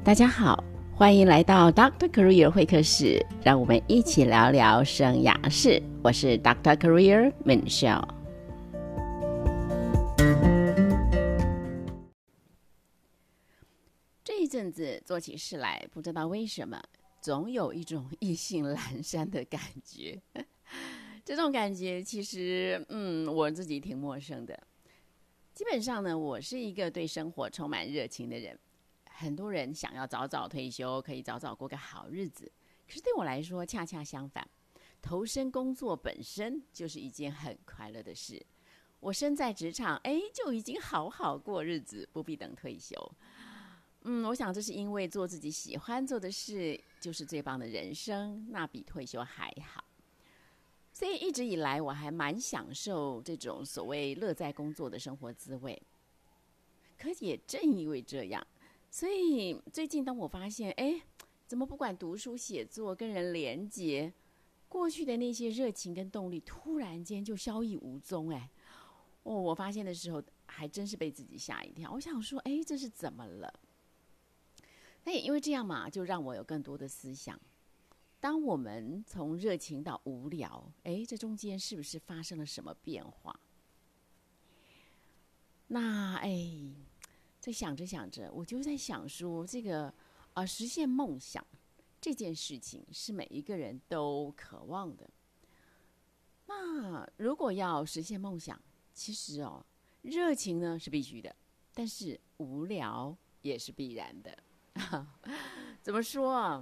大家好，欢迎来到 Dr. Career 会客室，让我们一起聊聊生涯事。我是 Dr. Career Michelle。这一阵子做起事来，不知道为什么，总有一种意兴阑珊的感觉。这种感觉其实，我自己挺陌生的。基本上呢，我是一个对生活充满热情的人。很多人想要早早退休，可以早早过个好日子。可是对我来说，恰恰相反，投身工作本身就是一件很快乐的事。我身在职场，就已经好好过日子，不必等退休。我想这是因为做自己喜欢做的事，就是最棒的人生，那比退休还好。所以一直以来，我还蛮享受这种所谓乐在工作的生活滋味。可也正因为这样，所以最近当我发现，怎么不管读书写作跟人连结，过去的那些热情跟动力突然间就消逸无踪。我发现的时候还真是被自己吓一跳。我想说，这是怎么了？那也因为这样嘛，就让我有更多的思想。当我们从热情到无聊，这中间是不是发生了什么变化？那在想着想着，我就在想说，这个实现梦想这件事情是每一个人都渴望的。那如果要实现梦想，其实热情呢是必须的，但是无聊也是必然的。怎么说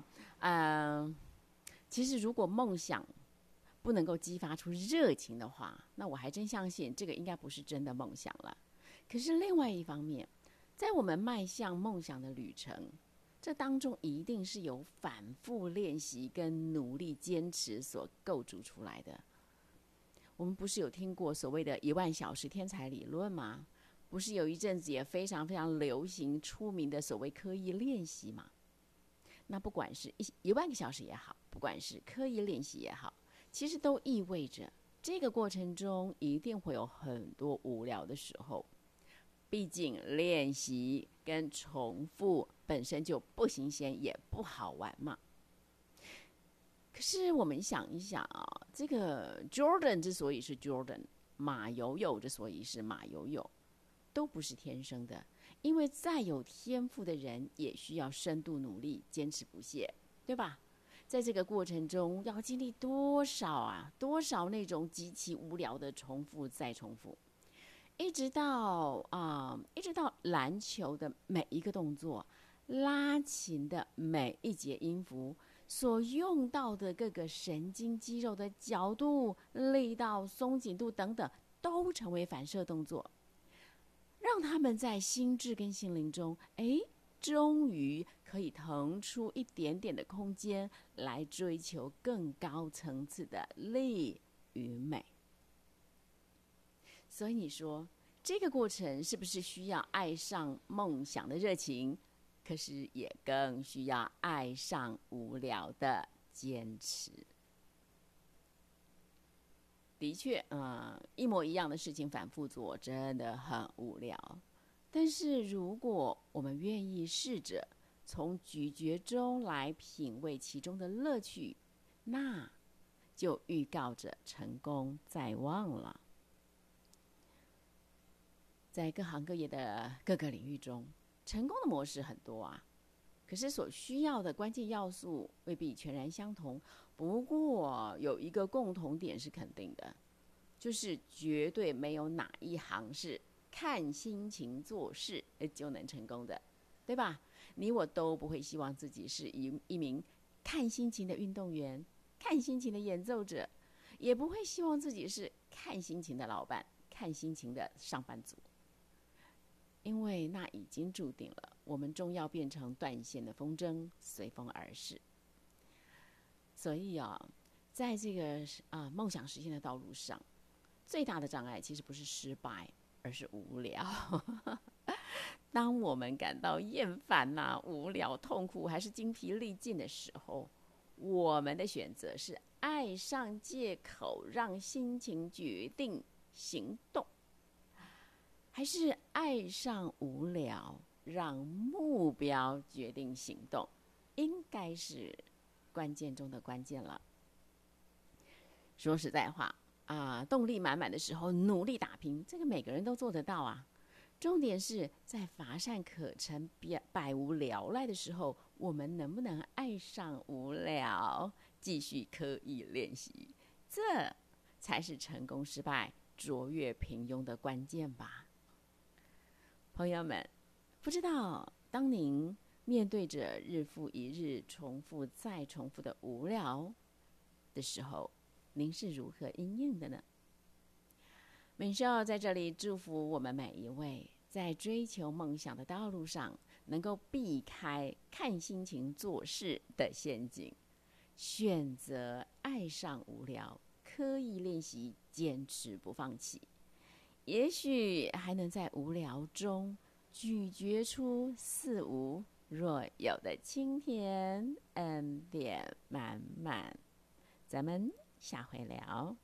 其实如果梦想不能够激发出热情的话，那我还真相信这个应该不是真的梦想了。可是另外一方面，在我们迈向梦想的旅程，这当中一定是有反复练习跟努力坚持所构筑出来的。我们不是有听过所谓的10000小时天才理论吗？不是有一阵子也非常非常流行出名的所谓刻意练习吗？那不管是10000个小时也好，不管是刻意练习也好，其实都意味着这个过程中一定会有很多无聊的时候。毕竟练习跟重复本身就不新鲜也不好玩嘛。可是我们想一想这个 Jordan 之所以是 Jordan， 马友友之所以是马友友，都不是天生的。因为再有天赋的人也需要深度努力，坚持不懈，对吧？在这个过程中要经历多少那种极其无聊的重复再重复，一直到篮球的每一个动作，拉琴的每一节音符，所用到的各个神经肌肉的角度、力道、松紧度等等，都成为反射动作，让他们在心智跟心灵中，终于可以腾出一点点的空间来追求更高层次的力与美。所以你说这个过程是不是需要爱上梦想的热情？可是也更需要爱上无聊的坚持。的确，一模一样的事情反复做，真的很无聊。但是如果我们愿意试着从咀嚼中来品味其中的乐趣，那就预告着成功在望了。在各行各业的各个领域中，成功的模式很多可是所需要的关键要素未必全然相同。不过有一个共同点是肯定的，就是绝对没有哪一行是看心情做事就能成功的，对吧？你我都不会希望自己是一名看心情的运动员，看心情的演奏者，也不会希望自己是看心情的老板，看心情的上班族。因为那已经注定了，我们终要变成断线的风筝，随风而逝。所以在这个梦想实现的道路上，最大的障碍其实不是失败，而是无聊。当我们感到厌烦无聊、痛苦，还是精疲力尽的时候，我们的选择是爱上借口，让心情决定行动，还是爱上无聊， 让目标决定行动，应该是关键中的关键了。说实在话啊，动力满满的时候努力打拼，这个每个人都做得到啊。重点是在乏善可陈、百无聊赖的时候，我们能不能爱上无聊，继续刻意练习，这才是成功失败、卓越平庸的关键吧。朋友们，不知道当您面对着日复一日、重复再重复的无聊的时候，您是如何因应的呢？敏秀在这里祝福我们每一位，在追求梦想的道路上，能够避开看心情做事的陷阱，选择爱上无聊，刻意练习，坚持不放弃。也许还能在无聊中咀嚼出似无若有的清甜，恩典满满。咱们下回聊。